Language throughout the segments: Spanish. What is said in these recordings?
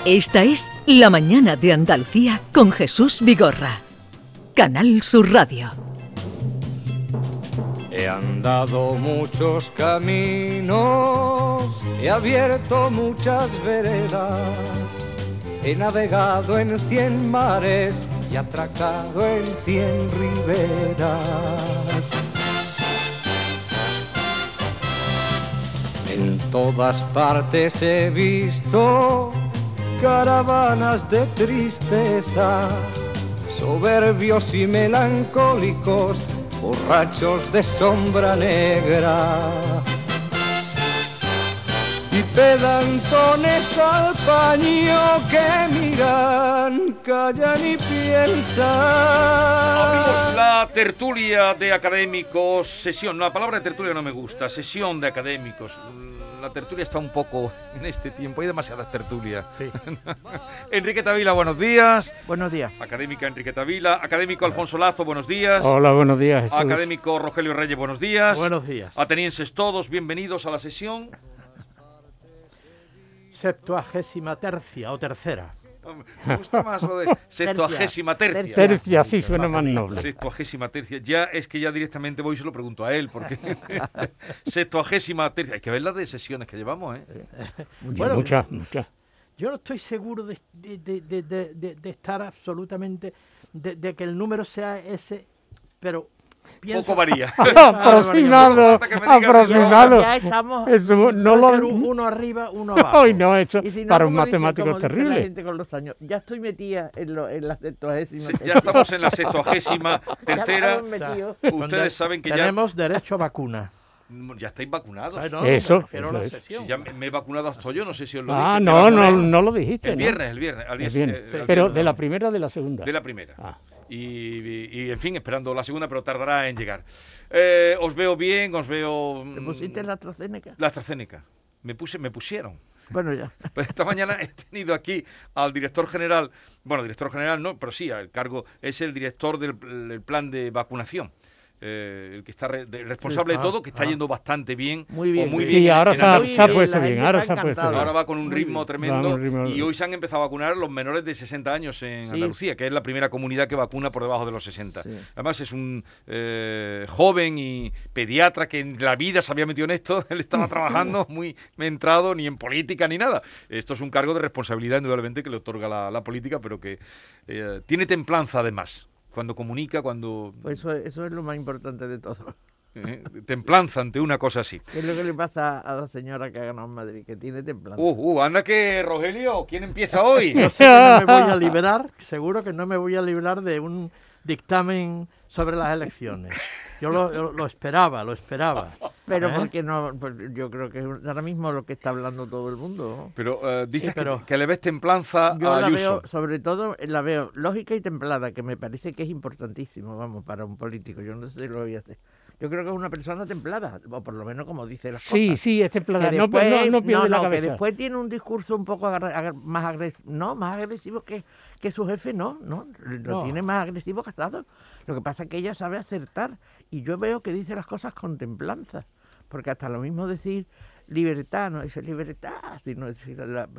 Esta es La Mañana de Andalucía con Jesús Vigorra. Canal Sur Radio. He andado muchos caminos, he abierto muchas veredas, he navegado en 100 mares y atracado en 100 riberas. En todas partes he visto caravanas de tristeza, soberbios y melancólicos, borrachos de sombra negra y pedantones al paño que miran, callan y piensan. Abrimos la tertulia de académicos, sesión, no, la palabra tertulia no me gusta, sesión de académicos. La tertulia está un poco en este tiempo, hay demasiadas tertulias. Sí. Enriqueta Vila, buenos días. Buenos días. Académica Enriqueta Vila. Académico Alfonso Lazo, buenos días. Hola, buenos días, Jesús. Académico Rogelio Reyes, buenos días. Buenos días. Atenienses todos, bienvenidos a la sesión 73ª o tercera. Me gusta más lo de 70ª tercia. Tercia, sí, suena más noble. 70ª tercia. Ya es que ya directamente voy y se lo pregunto a él, porque 70ª tercia. Hay que ver las de sesiones que llevamos, ¿eh? Bueno, muchas. Yo no estoy seguro de estar absolutamente, de que el número sea ese, pero pienso... Poco varía. Aproximado. Ya estamos. Eso no lo... uno arriba, uno abajo. Ay, no, hecho Si no, para un como matemático dice, es como dice terrible. la gente con los años. Ya estoy metida en la 70ª. Sí, ya estamos en la 70ª tercera. Metidos. Ustedes saben que tenemos derecho a vacuna. ya estáis vacunados. Ay, no, Eso, me refiero a la eso es. sesión. Si ya me he vacunado hasta yo, no sé si os lo dije. Ah, Me no vacuné lo dijiste. El ¿no? viernes, al día Bien. al Pero viernes, de la no. primera o de la segunda. De la primera. Ah. Y en fin, esperando la segunda, pero tardará en llegar. Os veo bien, os veo... ¿Te pusiste la AstraZeneca? La AstraZeneca. Me pusieron. Bueno, ya. Pues esta mañana he tenido aquí al director general, bueno, director general no, pero sí, el cargo es el director del plan de vacunación. El que está responsable de todo, que está yendo bastante bien. Muy bien. Sí, ahora se ha bien, puesto la bien, gente ahora está se ha puesto encantada. bien. Ahora va con un ritmo bien. tremendo Va, un ritmo- y hoy se han empezado a vacunar los menores de 60 años en Andalucía, que es la primera comunidad que vacuna por debajo de los 60. Sí. Además es un joven y pediatra que en la vida se había metido en esto, él estaba trabajando muy entrado ni en política ni nada. Esto es un cargo de responsabilidad indudablemente que le otorga la política, pero que tiene templanza además. Cuando comunica, cuando... Pues eso es lo más importante de todo. templanza ante una cosa así. Es lo que le pasa a la señora que ha ganado en Madrid, que tiene templanza. Anda que, Rogelio, ¿quién empieza hoy? Yo sé que no me voy a librar, seguro que no me voy a librar de un dictamen sobre las elecciones. Yo lo esperaba. Pero ¿Eh? porque no, pues yo creo que es ahora mismo lo que está hablando todo el mundo. Pero dices Sí, pero- que le ves templanza Yo a la Ayuso. veo, sobre todo, la veo lógica y templada, que me parece que es importantísimo, vamos, para un político. Yo no sé si lo voy a hacer. Yo creo que es una persona templada, o por lo menos como dice las Sí, cosas. sí, es templada. Que No pierde la que cabeza. después tiene un discurso un poco más agresivo que su jefe, no, lo No. tiene más agresivo Casado. Lo que pasa es que ella sabe acertar, y yo veo que dice las cosas con templanza, porque hasta lo mismo decir libertad, no es libertad, sino decir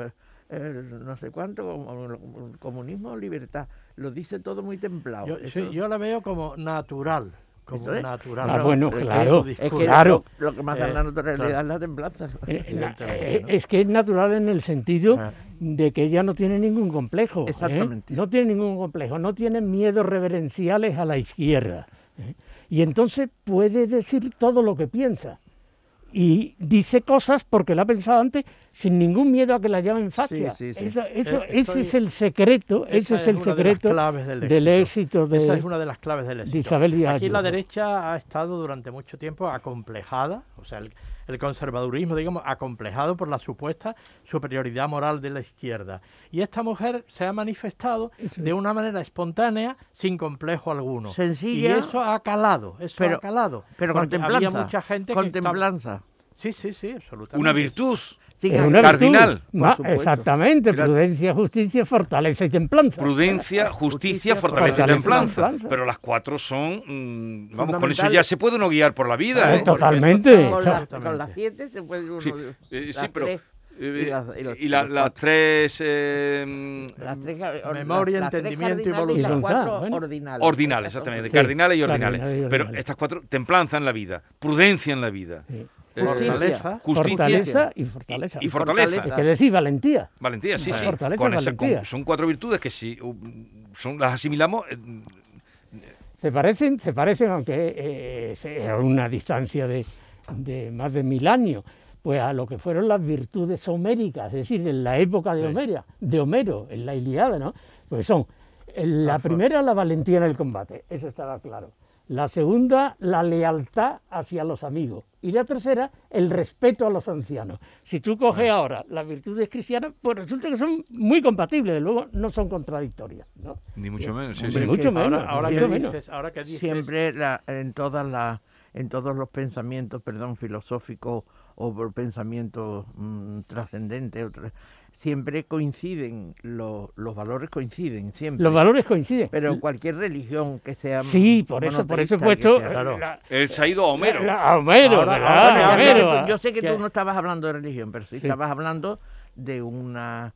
no sé cuánto, comunismo, libertad, lo dice todo muy templado. Yo la veo como natural. Eso es. Natural. Ah, bueno, es que- claro. Es que Claro. lo que más da la naturalidad claro. es la templanza. Evidentemente, ¿no? Es que es natural en el sentido Ah. de que ella no tiene ningún complejo. Exactamente. No tiene ningún complejo, no tiene miedos reverenciales a la izquierda. Y entonces puede decir todo lo que piensa. Y dice cosas porque la ha pensado antes sin ningún miedo a que la llamen facha. Sí, sí. Ese es el secreto, ese es el una de las secreto claves del éxito Esa es una de las claves del éxito. de Isabel Díaz Aquí la Ayuso. derecha ha estado durante mucho tiempo acomplejada, o sea, el conservadurismo, digamos, acomplejado por la supuesta superioridad moral de la izquierda. Y esta mujer se ha manifestado de una manera espontánea, sin complejo alguno. Sencilla. Y eso ha calado, Pero con Porque templanza. había mucha gente con que estaba- templanza. Sí, absolutamente. Una virtud. Sí, Es que- una Cardinal. virtud. Por supuesto. Exactamente, Mira- prudencia, justicia, fortaleza y templanza. Prudencia, justicia, fortaleza y fortaleza y templanza. templanza. Pero las cuatro son... vamos, con eso Fundamentales. ya se puede uno guiar por la vida, ¿eh? Totalmente. con Exactamente. las 7 se puede uno... Sí, las sí, pero 3. las tres... Las tres, memoria, las tres entendimiento y cardinales y las voluntad. cuatro Bueno. ordinales. ordinales, exactamente, Sí, cardinales y ordinales. cardinales y Pero ordinales. estas cuatro, templanza en la vida, prudencia en la vida, Sí. Fortaleza. justicia Fortaleza y fortaleza. y fortaleza. fortaleza. Hay que decir valentía. Valentía, sí, sí. Fortaleza y valentía. Son cuatro virtudes que si las asimilamos... Se parecen, aunque a una distancia de más de 1000 años, pues a lo que fueron las virtudes homéricas, es decir, en la época de Homero, en la Ilíada, ¿no? Pues son, la primera, la valentía en el combate, eso estaba claro. La segunda, la lealtad hacia los amigos. Y la tercera, el respeto a los ancianos. Si tú coges ahora las virtudes cristianas, pues resulta que son muy compatibles, de luego no son contradictorias, ¿no? Ni mucho menos, sí, Hombre, sí. mucho menos. Ahora mucho que menos. dices, Siempre en todos los pensamientos, filosóficos o por pensamientos trascendentes, siempre coinciden, los valores coinciden, siempre. Los valores coinciden. Pero cualquier religión que sea Sí, por eso he monoteísta, puesto... que sea- claro. Él se ha ido a Homero. A Homero, Ahora- ¿verdad? ahora Bueno, a ya sé que Homero. yo sé que ¿Qué? tú no estabas hablando de religión, pero sí Sí. estabas hablando de una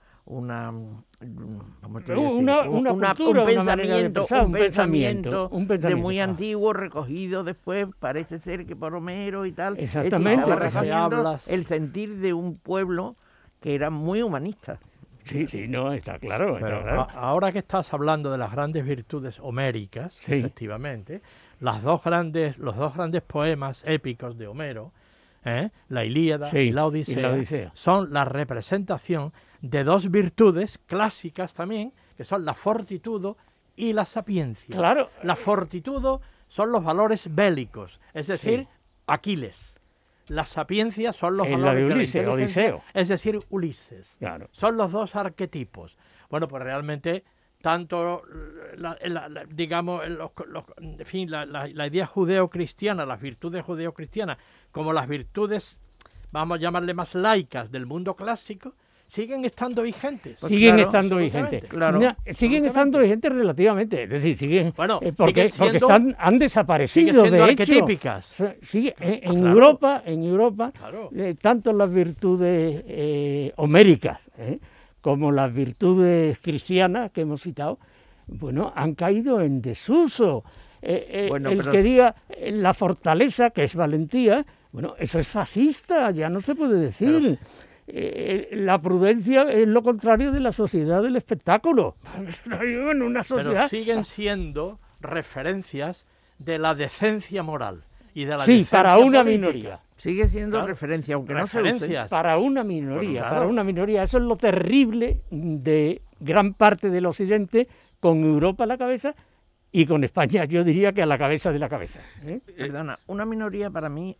¿cómo te voy a decir? Una cultura, un una manera de pensar, un pensamiento de muy ah. antiguo, recogido después, parece ser que por Homero y tal. Exactamente. Estaba Ahora que recogiendo hablas- el sentir de un pueblo que era muy humanista. Sí, no, está claro. Está Pero claro. ahora que estás hablando de las grandes virtudes homéricas, Sí. efectivamente, los dos grandes poemas épicos de Homero, la Ilíada Sí, y la Odisea, son la representación de dos virtudes clásicas también, que son la fortitudo y la sapiencia. Claro. La fortitudo son los valores bélicos, es decir, Aquiles. La sapiencia son los En la valores de de Ulises, la inteligencia, Odiseo. es decir, Ulises. Claro. Son los dos arquetipos. Bueno, pues realmente tanto digamos en fin, la idea judeocristiana, las virtudes judeocristianas, como las virtudes, vamos a llamarle más laicas del mundo clásico, siguen estando vigentes. Pues Siguen claro, estando absolutamente, vigentes. claro. Siguen Absolutamente. estando vigentes relativamente. Es decir, siguen. Bueno, porque siguen siendo- han desaparecido, siguen siendo de hecho. arquetípicas. En Claro. Europa, Claro. tanto las virtudes homéricas como las virtudes cristianas que hemos citado, bueno, han caído en desuso. Bueno, el pero- que diga la fortaleza, que es valentía, bueno, eso es fascista, ya no se puede decir. La prudencia es lo contrario de la sociedad del espectáculo. En una Pero sociedad... siguen siendo referencias de la decencia moral y de la Sí, decencia para una política. minoría. Sigue siendo Claro. referencia, aunque no se use. Referencias. Para una minoría, Bueno, claro. para una minoría. Eso es lo terrible de gran parte del Occidente, con Europa a la cabeza y con España, yo diría que a la cabeza de la cabeza. Perdona, una minoría para mí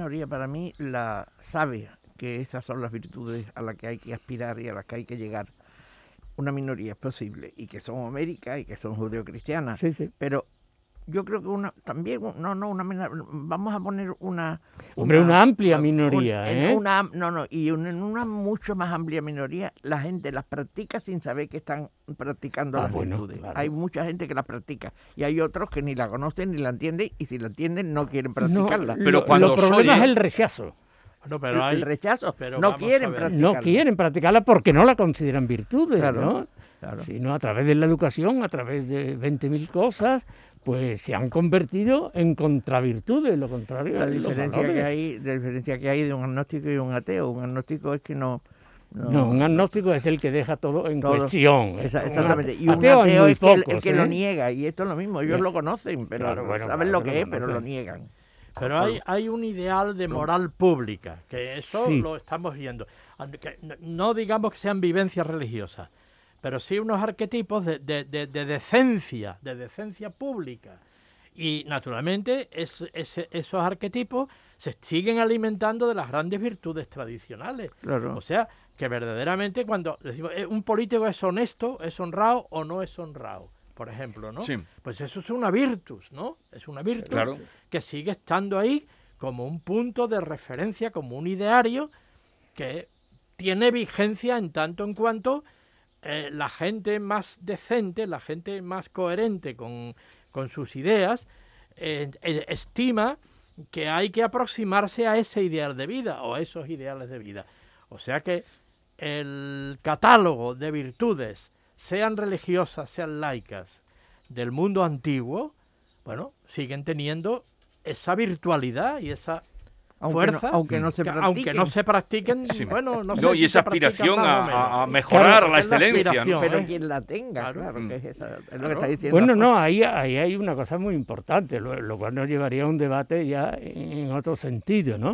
la sabe que esas son las virtudes a las que hay que aspirar y a las que hay que llegar. Una minoría es posible, y que son homéricas y que son judeocristianas. Sí, sí. Pero yo creo que vamos a poner Hombre, una amplia minoría, ¿eh? En una mucho más amplia minoría, la gente las practica sin saber que están practicando las bueno, virtudes. claro. Hay mucha gente que las practica y hay otros que ni la conocen ni la entienden, y si la entienden no quieren No, practicarla. Pero cuando lo problema soy- es el rechazo. Bueno, pero hay, el rechazo, pero no vamos a quieren ver. practicarla. No quieren practicarla porque no la consideran virtudes, Claro, ¿no? claro. Sino a través de la educación, a través de 20.000 cosas, pues se han convertido en contravirtudes, lo contrario. La a los diferencia valores. que hay de un agnóstico y un ateo. Un agnóstico es que no, No, un agnóstico es el que deja todo en Todo. cuestión. Exactamente. Y Un un ateo hay muy es que el pocos, que lo ¿eh? niega, y esto es lo mismo. Ellos Ya. lo conocen, pero Claro, bueno, saben claro lo que que lo es, pero lo conocen. niegan. Pero hay un ideal de moral pública, que eso Sí. lo estamos viendo. Que no digamos que sean vivencias religiosas, pero sí unos arquetipos de decencia pública. Y naturalmente esos arquetipos se siguen alimentando de las grandes virtudes tradicionales. Claro. O sea, que verdaderamente cuando decimos un político es honesto, es honrado o no es honrado, por ejemplo, ¿no? Sí. Pues eso es una virtus, ¿no? Es una virtud Claro. que sigue estando ahí como un punto de referencia, como un ideario que tiene vigencia en tanto en cuanto la gente más decente, la gente más coherente con sus ideas, estima que hay que aproximarse a ese ideal de vida o a esos ideales de vida. O sea que el catálogo de virtudes, sean religiosas, sean laicas, del mundo antiguo, bueno, siguen teniendo esa virtualidad y esa fuerza, aunque no se practiquen. aunque no se practiquen, Sí. bueno, no sé No, si y esa se practican aspiración más o menos. a mejorar, Claro, a la es la excelencia, ¿no? aspiración, Pero ¿eh? quien la tenga, Claro. claro, que es lo que Claro. está diciendo. Bueno, Alfonso. no, ahí hay una cosa muy importante, lo cual nos llevaría a un debate ya en otro sentido, ¿no?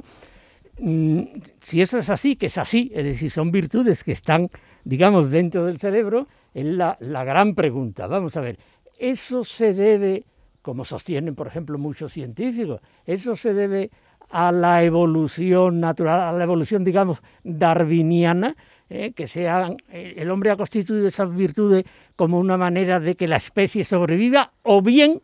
Si eso es así, que es así, es decir, son virtudes que están, digamos, dentro del cerebro, es la gran pregunta. Vamos a ver, ¿eso se debe, como sostienen, por ejemplo, muchos científicos, eso se debe a la evolución natural, a la evolución, digamos, darwiniana, que sean, el hombre ha constituido esas virtudes como una manera de que la especie sobreviva, o bien,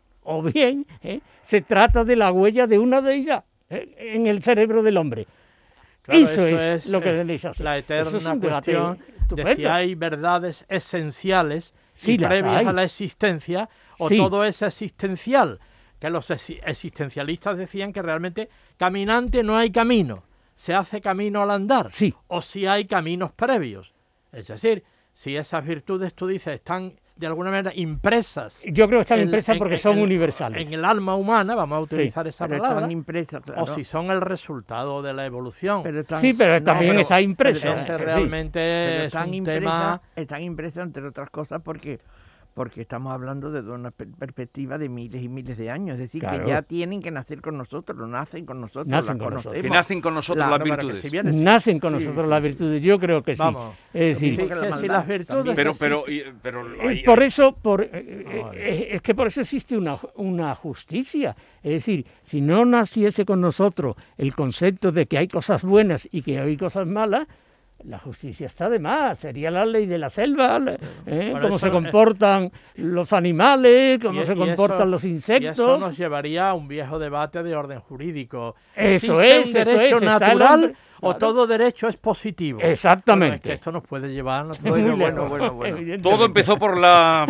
se trata de la huella de una de ellas en el cerebro del hombre? Claro, eso es lo que tenéis hacer. la Eso es eterna un debate cuestión de estupendo. si hay verdades esenciales Sí, y las previas hay. a la existencia, o Sí. todo es existencial, que los existencialistas decían que realmente caminante no hay camino, se hace camino al andar, Sí. o si hay caminos previos. Es decir, si esas virtudes, tú dices, están de alguna manera impresas. Yo creo que están en- impresas en- porque en- son en- universales. En el alma humana, vamos a utilizar esa Pero palabra, están impresas, claro. o si son el resultado de la evolución. Sí, pero también está impresa. pero Ese sí. realmente Pero es un tema... están impresas, entre otras cosas, porque estamos hablando de una perspectiva de miles y miles de años. Es decir, Claro. que ya tienen que nacer con nosotros, nacen con nosotros, Nacen las con nosotros. conocemos. Que nacen con nosotros Claro, las para que virtudes. si bien es- Nacen con nosotros las virtudes, yo creo que sí. Vamos. Es decir, Sí, porque la que si maldad las virtudes... Pero, existen- pero por eso, Vamos a ver. es que por eso existe una justicia. Es decir, si no naciese con nosotros el concepto de que hay cosas buenas y que hay cosas malas, la justicia está de más. Sería la ley de la selva, Por cómo eso, se comportan los animales, cómo y- se y comportan eso- los Y eso insectos. nos llevaría a un viejo debate de orden jurídico. Eso ¿Existe es, un eso derecho es, está el natural hombre, o claro. todo derecho es positivo? Exactamente. Bueno, es que esto nos puede llevar... no te- Bueno, Muy bueno, lejos, bueno. evidentemente. todo empezó por la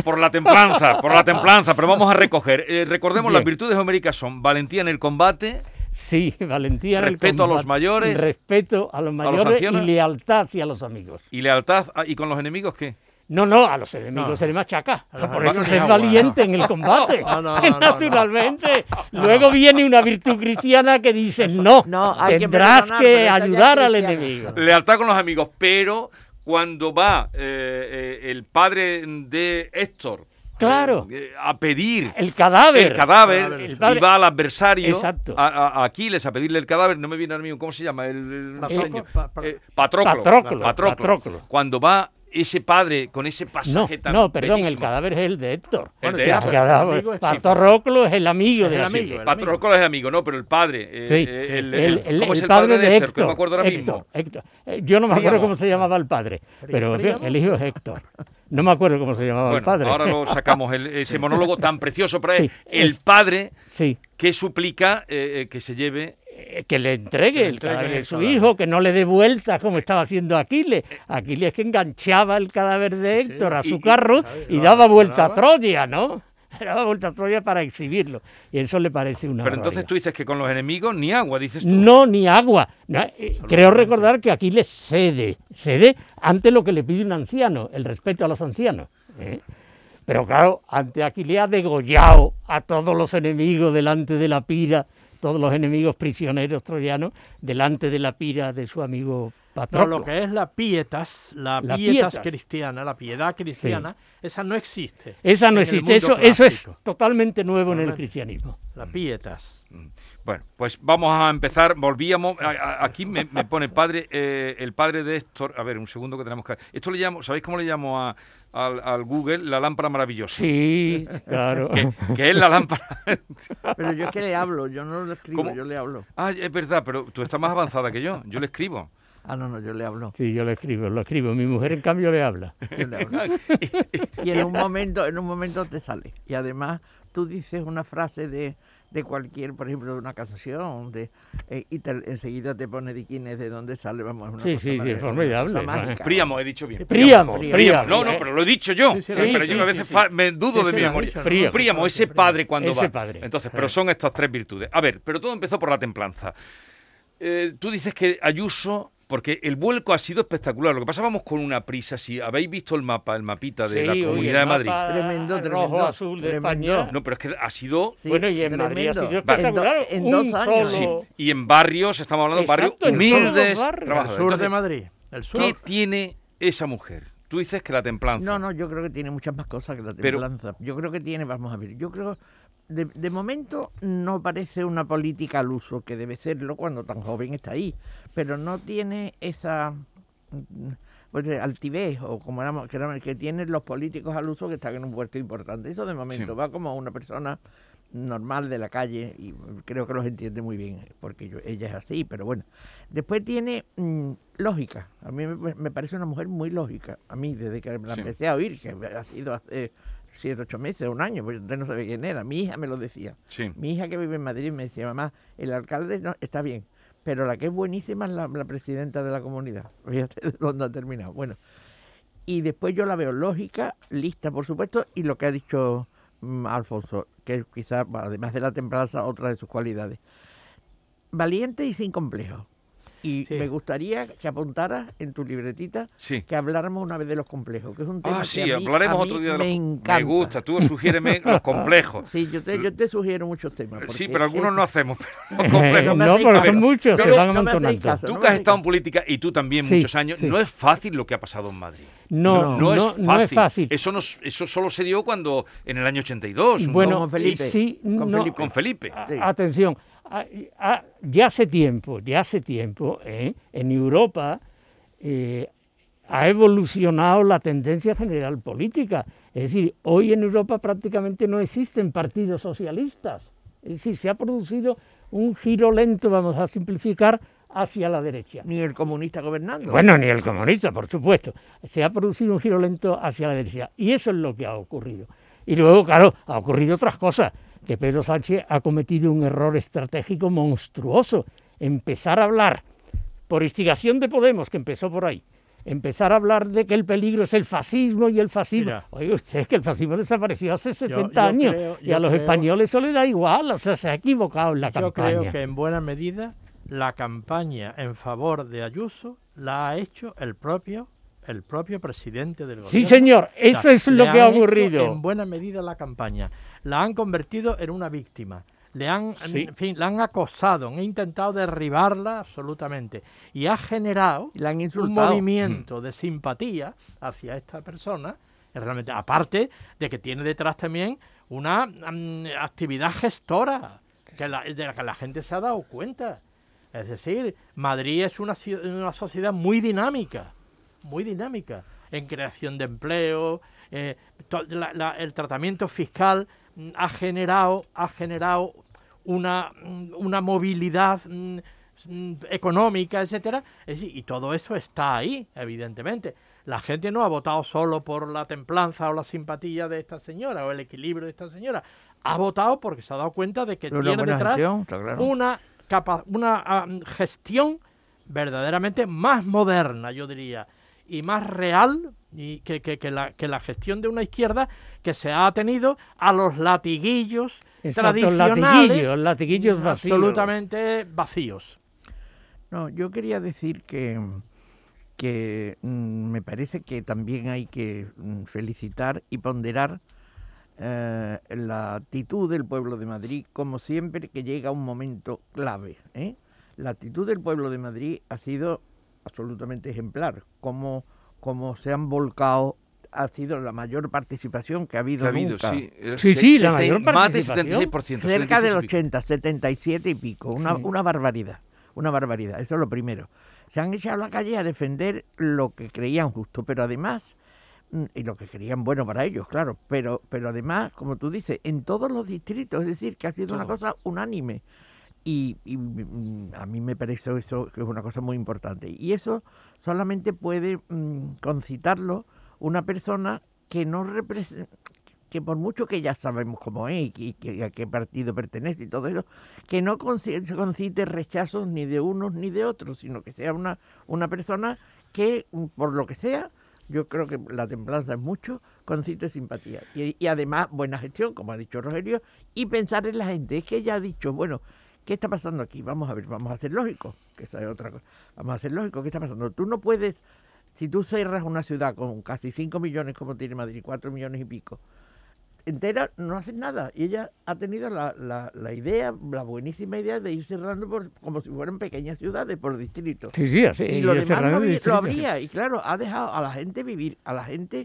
templanza, pero vamos a recoger. Recordemos, Bien. las virtudes homéricas son valentía en el combate, Sí, valentía en el respeto a los combate, mayores, respeto a los los mayores y ancianos. lealtad hacia los amigos. y lealtad. ¿Y con los enemigos qué? No, a los enemigos No. se les machaca. A los Por enemigos eso ni se es agua, valiente en el combate. No, Naturalmente. Luego viene una virtud cristiana que dice, no, No, hay que tendrás perdonar, que pero esa ya es ayudar al cristiana. enemigo. Lealtad con los amigos, pero cuando va el padre de Héctor Claro. a pedir El cadáver. el cadáver, El padre- y va al adversario, Exacto. a Aquiles, a pedirle el cadáver, no me viene ahora mismo, ¿cómo se llama? Patroclo, Patroclo. Patroclo. Cuando va ese padre con ese No, pasaje tan perdón, el bellísimo. cadáver es el de Héctor. El de El Héctor. cadáver. Amigo es- Patroclo es el amigo Es de el Aquiles. amigo, el Patroclo es el amigo, no, pero el padre. Sí, ¿cómo es el el padre de Héctor? Héctor. Que no me acuerdo ahora Héctor, mismo. Héctor. Yo no me acuerdo Príamo. cómo se llamaba el padre, pero ¿Príamo? el hijo es Héctor. No me acuerdo cómo se llamaba el Bueno, padre. ahora lo sacamos, ese monólogo tan precioso, pero Sí, es el es- padre Sí, que suplica que se lleve. que le entregue Que le el entregue cadáver de el su cadáver. hijo, que no le dé vueltas como estaba haciendo Aquiles. Aquiles que enganchaba el cadáver de Héctor a su carro y daba vuelta a Troya, ¿no? Daba vuelta a Troya para exhibirlo. Y eso le parece una Pero entonces barbaridad. tú dices que con los enemigos ni agua, dices tú. No, ni agua. No, creo recordar que Aquiles cede ante lo que le pide un anciano, el respeto a los ancianos. Pero claro, ante Aquiles ha degollado a todos los enemigos delante de la pira, todos los enemigos prisioneros troyanos, delante de la pira de su amigo No, Patroclo. lo que es la pietas, la La pietas pietas. cristiana, la piedad cristiana, esa no existe. Esa no en el existe, mundo eso es clásico. totalmente nuevo en el Totalmente. cristianismo. La pietas. Bueno, pues vamos a empezar. Volvíamos. Aquí me pone padre, el padre de Héctor. A ver, un segundo que tenemos que. Esto le llamo, ¿sabéis cómo le llamo al Google? La lámpara maravillosa. Sí, claro. Que es la lámpara. Pero yo es que le hablo, yo no lo escribo, ¿Cómo? yo le hablo. Ah, es verdad, pero tú estás más avanzada que yo. Yo le escribo. Ah, no, yo le hablo. Sí, yo lo escribo. Mi mujer, en cambio, le habla. Yo le hablo. Y en un momento te sale. Y además tú dices una frase de cualquier, por ejemplo, de una canción, y enseguida te pone de quién es, de dónde sale, vamos, es una Sí, cosa sí, sí, maravillosa, formidable. una cosa mágica. Príamo, he dicho bien. Príamo. No, pero lo he dicho yo. Sí, sí, pero sí, yo a sí, veces sí. me dudo Sí, de sí, mi lo has memoria. dicho, Príamo. Príamo, ese padre cuando Ese va. padre. Entonces, pero son estas tres virtudes. A ver, pero todo empezó por la templanza. Tú dices que Ayuso porque el vuelco ha sido espectacular. Lo que pasa, vamos con una prisa. Si habéis visto el mapita de la Sí, Comunidad de Madrid. Tremendo, rojo, tremendo, azul de tremendo. España. No, pero es que ha sido... Sí, Bueno, y en Madrid ha tremendo. sido espectacular. En un 2 años. solo- Sí, y en barrios, estamos hablando de barrios Exacto, en todos los humildes, barrios. El trabajadores. sur de Entonces, Madrid. El sur. ¿qué tiene esa mujer? Tú dices que la templanza. No, yo creo que tiene muchas más cosas que la Pero- templanza. Yo creo que tiene, vamos a ver, yo creo, de momento no parece una política al uso, que debe serlo cuando tan joven está ahí, pero no tiene esa pues, altivez, o como que tienen los políticos al uso, que están en un puesto importante. Eso de momento Sí. va como una persona normal de la calle, y creo que los entiende muy bien, porque ella es así, pero bueno. Después tiene lógica. A mí me parece una mujer muy lógica. A mí, desde que la Sí. empecé a oír, que ha sido hace 7, 8 meses, un año, pues usted no sabe quién era. Mi hija me lo decía. Sí. Mi hija que vive en Madrid me decía, mamá, el alcalde no, está bien, pero la que es buenísima es la presidenta de la comunidad. Fíjate de dónde ha terminado. Bueno, y después yo la veo lógica, lista, por supuesto, y lo que ha dicho Alfonso, que quizás, además de la templanza, otra de sus cualidades. Valiente y sin complejo. Y Sí. me gustaría que apuntaras en tu libretita Sí. que habláramos una vez de los complejos, que es un tema Ah, sí, que a mí, hablaremos a mí otro día de me los... encanta. Me gusta, tú sugiéreme los complejos. Sí, yo te sugiero muchos temas. Sí, porque pero algunos es- no hacemos, pero los complejos. me no, hacéis pero caso. son muchos, No, se no, van no me hacéis amontonando. caso. Tú no que has me estado en política y tú también Sí, muchos años, sí. no es fácil lo que ha pasado en Madrid. No es fácil. Eso solo se dio cuando, en el año 82, un- Bueno, Con Felipe. sí, Con no, Felipe. con Felipe. Sí. Atención, ya hace tiempo, en Europa ha evolucionado la tendencia general política. Es decir, hoy en Europa prácticamente no existen partidos socialistas. Es decir, se ha producido un giro lento, vamos a simplificar, hacia la derecha. Ni el comunista gobernando. Bueno, ni el comunista, por supuesto. Se ha producido un giro lento hacia la derecha. Y eso es lo que ha ocurrido. Y luego, claro, ha ocurrido otras cosas. Que Pedro Sánchez ha cometido un error estratégico monstruoso. Empezar a hablar, por instigación de Podemos, que empezó por ahí, empezar a hablar de que el peligro es el fascismo y el fascismo. Mira. Oye, usted, es que el fascismo desapareció hace 70 yo años. creo- y a yo los creo- españoles eso les da igual. O sea, se ha equivocado en la Yo campaña. creo que en buena medida la campaña en favor de Ayuso la ha hecho el propio presidente del gobierno. Sí, señor, eso es lo le que ha han hecho ocurrido. En buena medida la campaña. La han convertido en una víctima. Le han, Sí. en fin, la han acosado, han intentado derribarla absolutamente. Y ha generado La han un insultado. movimiento de simpatía hacia esta persona, realmente, aparte de que tiene detrás también una actividad gestora, de la que la gente se ha dado cuenta. Es decir, Madrid es una sociedad muy dinámica en creación de empleo. El tratamiento fiscal ha generado una movilidad económica, etcétera. Es decir, y todo eso está ahí, evidentemente. La gente no ha votado solo por la templanza o la simpatía de esta señora o el equilibrio de esta señora. Ha votado porque se ha dado cuenta de que Una tiene buena detrás gestión, está claro. una gestión verdaderamente más moderna, yo diría, y más real y que la gestión de una izquierda que se ha atenido a los latiguillos Exacto, tradicionales, latiguillos vacíos. absolutamente vacíos. No, yo quería decir que me parece que también hay que felicitar y ponderar la actitud del pueblo de Madrid, como siempre que llega un momento clave. La actitud del pueblo de Madrid ha sido absolutamente ejemplar, como se han volcado, ha sido la mayor participación que ha habido nunca. Sí, la mayor Más de participación. 76%. Cerca 76 del y pico. 80, 77 y pico, una barbaridad, eso es lo primero. Se han echado a la calle a defender lo que creían justo, pero además, y lo que creían bueno para ellos, claro, pero además, como tú dices, en todos los distritos, es decir, que ha sido una Todo. cosa unánime. Y a mí me parece eso que es una cosa muy importante. Y eso solamente puede concitarlo una persona que no representa, que por mucho que ya sabemos cómo es y a qué partido pertenece y todo eso, que no concite rechazos ni de unos ni de otros, sino que sea una persona que, por lo que sea, yo creo que la templanza es mucho, concite simpatía. Y además, buena gestión, como ha dicho Rogelio, y pensar en la gente. Es que ella ha dicho, bueno, ¿qué está pasando aquí? Vamos a ver, vamos a ser lógicos, que esa es otra cosa. Vamos a ser lógicos, ¿qué está pasando? Tú no puedes, si tú cierras una ciudad con casi 5 millones como tiene Madrid, 4 millones y pico, entera, no haces nada. Y ella ha tenido la idea, la buenísima idea de ir cerrando como si fueran pequeñas ciudades por distrito. Sí, sí, así. Y lo demás cerrando lo distritos, habría. Y claro, ha dejado a la gente vivir, a la gente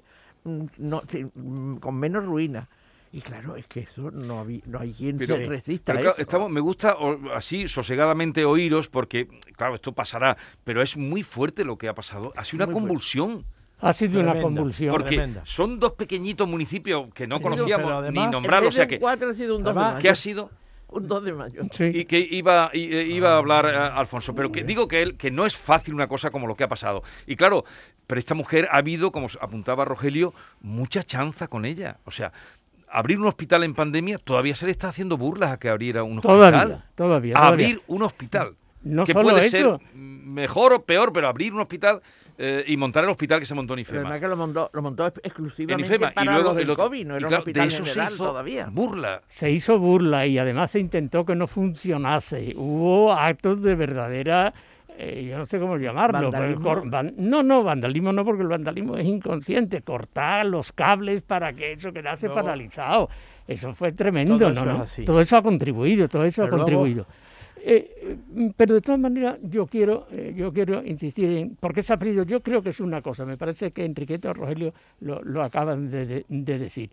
con menos ruina. Y claro, es que eso no hay quien se resista pero a claro, eso. me gusta así sosegadamente oíros porque, claro, esto pasará, pero es muy fuerte lo que ha pasado. Ha sido una Muy convulsión. Ha sido Tremenda. una convulsión. Porque Tremenda. son dos pequeñitos municipios que no pero conocíamos además, ni En nombrarlos. vez O sea de que, 4 ha sido un 2 de además, mayo. ¿qué ha sido? Un 2 de mayo. Sí. Y que iba a hablar Alfonso, pero que digo que no es fácil una cosa como lo que ha pasado. Y claro, pero esta mujer ha habido, como apuntaba Rogelio, mucha chanza con ella. O sea, abrir un hospital en pandemia, todavía se le está haciendo burlas a que abriera un hospital. Todavía. Abrir un hospital. No que solo puede eso. ser mejor o peor, pero abrir un hospital y montar el hospital que se montó en Pero IFEMA. además que lo montó En exclusivamente IFEMA. para Y luego los del el otro. COVID, no Y era claro, un hospital de eso se general hizo todavía. burla. Se hizo burla y además se intentó que no funcionase. Hubo actos de verdadera, yo no sé cómo llamarlo. ¿Vandalismo? No, vandalismo no, porque el vandalismo es inconsciente. Cortar los cables para que eso quedase No. paralizado. Eso fue tremendo, Todo ¿no? eso es ¿no? así. Todo eso ha contribuido, todo eso ha Pero luego- contribuido. Pero de todas maneras yo quiero insistir en, porque se ha perdido, yo creo que es una cosa, me parece que Enriqueta o Rogelio lo acaban de decir.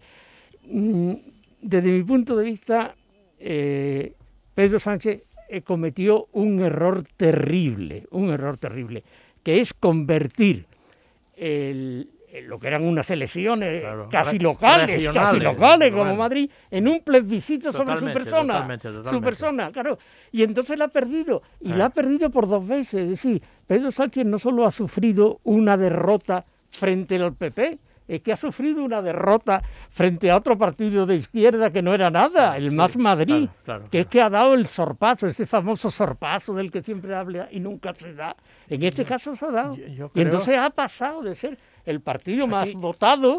Desde mi punto de vista, Pedro Sánchez cometió un error terrible, que es convertir lo que eran unas elecciones Claro. casi Regionales, locales como bueno. Madrid, en un plebiscito sobre su Totalmente, persona. totalmente. Su persona, claro. Y entonces la ha perdido. Y Ah. la ha perdido por 2 veces. Es decir, Pedro Sánchez no solo ha sufrido una derrota frente al PP, es que ha sufrido una derrota frente a otro partido de izquierda que no era nada, el Más Madrid, claro. que es que ha dado el sorpaso, ese famoso sorpaso del que siempre habla y nunca se da. En este caso se ha dado. Yo Y creo- entonces ha pasado de ser el partido más Aquí votado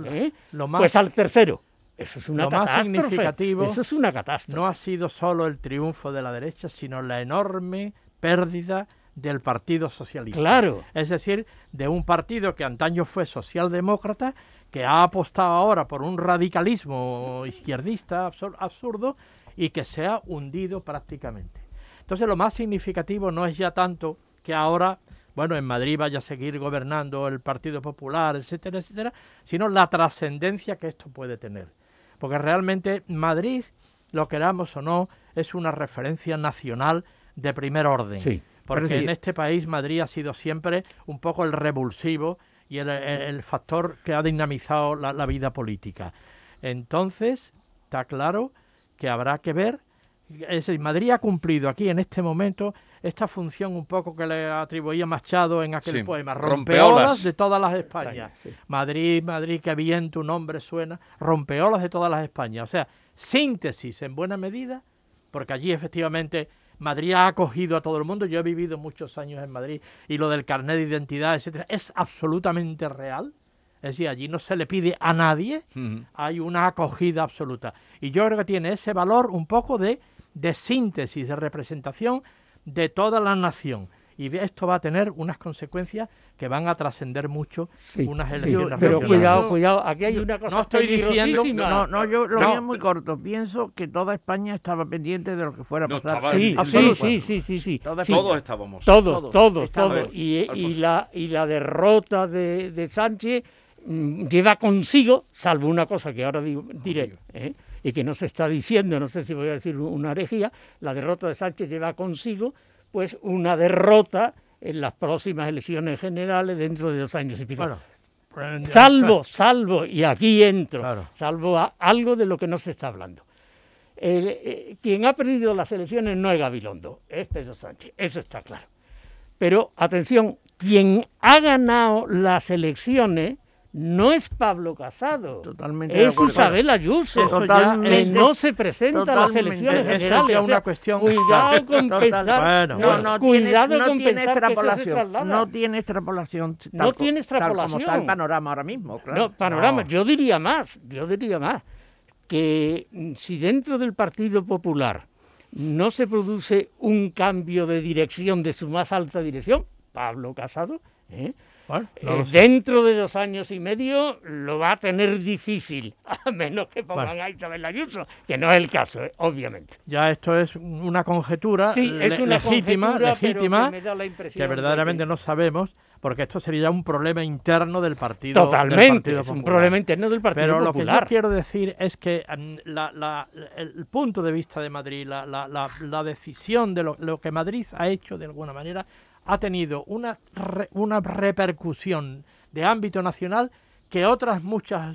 lo más- pues al tercero. Eso es una lo más catástrofe. significativo Eso es una catástrofe. no ha sido solo el triunfo de la derecha, sino la enorme pérdida del Partido Socialista. Claro. Es decir, de un partido que antaño fue socialdemócrata, que ha apostado ahora por un radicalismo izquierdista absurdo y que se ha hundido prácticamente. Entonces, lo más significativo no es ya tanto que ahora, bueno, en Madrid vaya a seguir gobernando el Partido Popular, etcétera, etcétera, sino la trascendencia que esto puede tener. Porque realmente Madrid, lo queramos o no, es una referencia nacional de primer orden. Sí. Porque Pero sí. en este país Madrid ha sido siempre un poco el revulsivo y el factor que ha dinamizado la vida política. Entonces, está claro que habrá que ver. Es decir, Madrid ha cumplido aquí en este momento esta función un poco que le atribuía Machado en aquel Sí, poema, rompeolas rompeolas de todas las Españas. Sí. Madrid, Madrid, qué bien tu nombre suena, rompeolas de todas las Españas. O sea, síntesis en buena medida, porque allí efectivamente Madrid ha acogido a todo el mundo. Yo he vivido muchos años en Madrid y lo del carnet de identidad, etcétera, es absolutamente real. Es decir, allí no se le pide a nadie, Ujú. hay una acogida absoluta. Y yo creo que tiene ese valor un poco de síntesis, de representación de toda la nación. Y esto va a tener unas consecuencias que van a trascender mucho Sí, unas sí, elecciones pero regionales. cuidado, aquí hay una cosa no estoy diciendo- peligrosísima. Yo lo No. veo muy corto. Pienso que toda España estaba pendiente de lo que fuera a No, pasar. estaba Sí, Absolutamente. sí. Toda Sí. Todos estábamos. Todos. Alfonso. Y la derrota de Sánchez lleva consigo, salvo una cosa que ahora diré, y que no se está diciendo, no sé si voy a decir una herejía, la derrota de Sánchez lleva consigo pues una derrota en las próximas elecciones generales dentro de 2 años y pico. Bueno, Salvo, y aquí entro, Claro. salvo algo de lo que no se está hablando. Quien ha perdido las elecciones no es Gabilondo, es Pedro Sánchez, eso está claro. Pero, atención, quien ha ganado las elecciones no es Pablo Casado, Totalmente de es acuerdo. Isabel Ayuso, Eso ya que Totalmente. no se presenta a las Totalmente. elecciones Eso generales. ya o sea, una cuestión- cuidado con Total. pensar, Bueno, No cuidado tiene, con no tiene pensar que eso se extrapolación. traslada. No tiene extrapolación. No tiene Tal como extrapolación. está el panorama ahora mismo, claro. No, panorama. No. Yo diría más, que si dentro del Partido Popular no se produce un cambio de dirección de su más alta dirección, Pablo Casado, Bueno, no lo sé. dentro de 2 años y medio lo va a tener difícil, a menos que pongan a Isabel Ayuso, que no es el caso, obviamente. Ya esto es una conjetura Sí, es una legítima, conjetura, pero legítima, que me da la impresión que verdaderamente de que- no sabemos, porque esto sería un problema interno del partido. Totalmente, del Partido es un Popular. problema interno del Partido Pero Popular. lo que yo quiero decir es que el punto de vista de Madrid, la decisión de lo que Madrid ha hecho de alguna manera, ha tenido una repercusión de ámbito nacional que otras muchas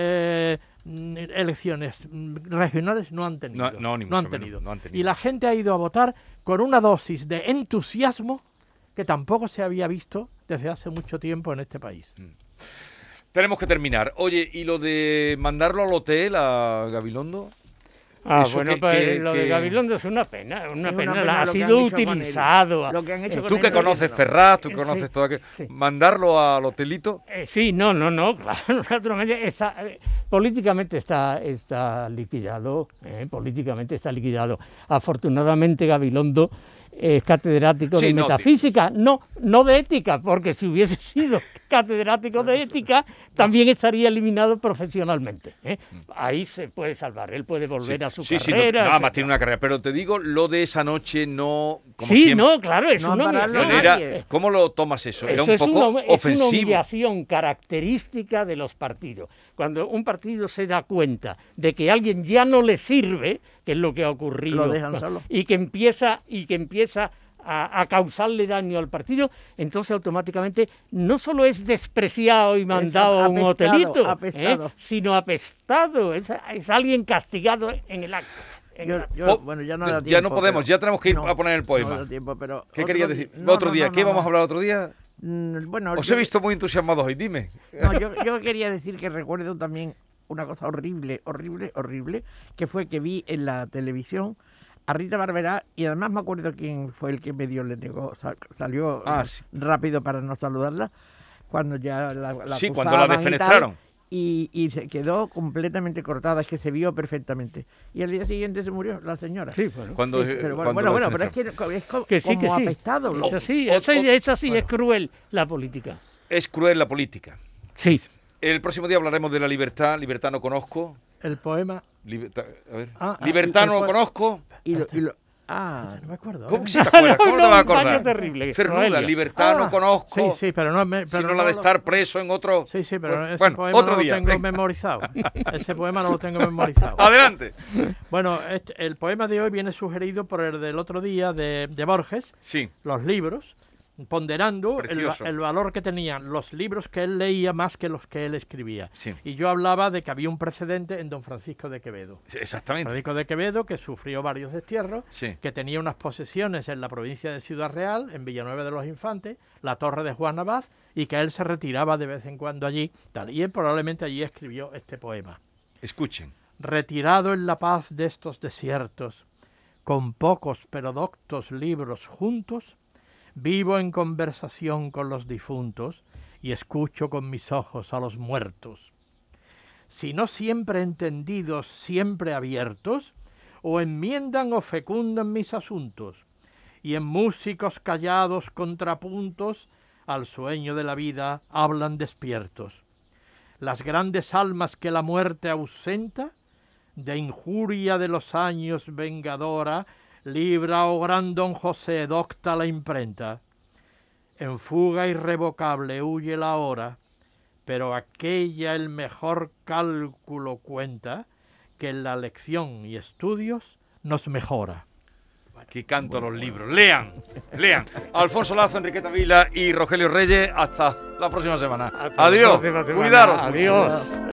elecciones regionales no han tenido. No, ni mucho menos, no han tenido. Y la gente ha ido a votar con una dosis de entusiasmo que tampoco se había visto desde hace mucho tiempo en este país. Tenemos que terminar. Oye, ¿y lo de mandarlo al hotel a Gabilondo? Eso Bueno, que- pues que- lo que- de Gabilondo es una pena, una ha pena lo que sido han hecho con él. utilizado. Lo que han hecho con Tú él que no conoces tiene- Ferraz, tú Sí, conoces todo aquello. sí. ¿Mandarlo al hotelito? Sí, no, claro, naturalmente políticamente está liquidado, políticamente está liquidado. Afortunadamente Gabilondo es catedrático Sí, de no, metafísica, no de ética, porque si hubiese sido catedrático de ética, también estaría eliminado profesionalmente. Ahí se puede salvar, él puede volver a su sí, carrera. nada más etcétera. tiene una carrera. Pero te digo, lo de esa noche no... Como Sí, siempre, no, claro, es No una pararlo humillación. nadie. ¿Cómo lo tomas eso? Era Eso un es poco una, es una ofensivo. humillación característica de los partidos. Cuando un partido se da cuenta de que alguien ya no le sirve, que es lo que ha ocurrido, Lo dejan solo. y que empieza a causarle daño al partido, entonces automáticamente no solo es despreciado y mandado a un apestado, hotelito, apestado. sino apestado, es alguien castigado en el acto. Bueno, ya no Ya da no tiempo, podemos, pero- ya tenemos que ir no, a poner el poema. No da tiempo, pero ¿Qué otro querías di- decir? no, Otro no, día, no, ¿qué no, vamos a no. hablar otro día? Bueno, Os he visto muy entusiasmados hoy, dime. No, yo quería decir que recuerdo también una cosa horrible, que fue que vi en la televisión a Rita Barberá, y además me acuerdo quién fue el que medio le negó, salió Sí. rápido para no saludarla, cuando ya la Sí, cuando la acusaban y tal, defenestraron. y se quedó completamente cortada, es que se vio perfectamente. Y al día siguiente se murió la señora. Sí, bueno. Cuando, Sí, pero cuando bueno, la pero es defenestraron. que es Que sí. como apestado. Es así, O- es así, es cruel la política. Es cruel la política. Sí. El próximo día hablaremos de la libertad. Libertad no conozco. El poema... Libertad, a ver. Ah, Libertad el no poe- conozco. No me acuerdo. ¿Cómo ahora. que sí te acuerdas? ¿Cómo no te vas a un fallo acordar? terrible. Cernuda, Noelia. libertad no conozco. Sí, pero no me... Sino pero la no de lo- estar preso en otro... Sí, pero Pues, ese bueno, poema otro no día. lo tengo Venga. memorizado. Ese poema no lo tengo memorizado. Adelante. Bueno, el poema de hoy viene sugerido por el del otro día de Borges, Sí. los libros, ponderando Precioso. el valor que tenían los libros que él leía más que los que él escribía. Sí. Y yo hablaba de que había un precedente en don Francisco de Quevedo. Sí, exactamente. Francisco de Quevedo, que sufrió varios destierros, Sí. que tenía unas posesiones en la provincia de Ciudad Real, en Villanueva de los Infantes, la torre de Juan Abad, y que él se retiraba de vez en cuando allí, tal. Y él probablemente allí escribió este poema. Escuchen. Retirado en la paz de estos desiertos, con pocos pero doctos libros juntos, vivo en conversación con los difuntos y escucho con mis ojos a los muertos. Si no siempre entendidos, siempre abiertos, o enmiendan o fecundan mis asuntos, y en músicos callados contrapuntos al sueño de la vida hablan despiertos. Las grandes almas que la muerte ausenta, de injuria de los años vengadora, libra, oh gran don José, docta la imprenta. En fuga irrevocable huye la hora, pero aquella el mejor cálculo cuenta, que en la lección y estudios nos mejora. Que canto los libros. Lean. Alfonso Lazo, Enriqueta Vila y Rogelio Reyes. Hasta la próxima semana. Hasta la Adiós. próxima semana. Cuidaros. Adiós.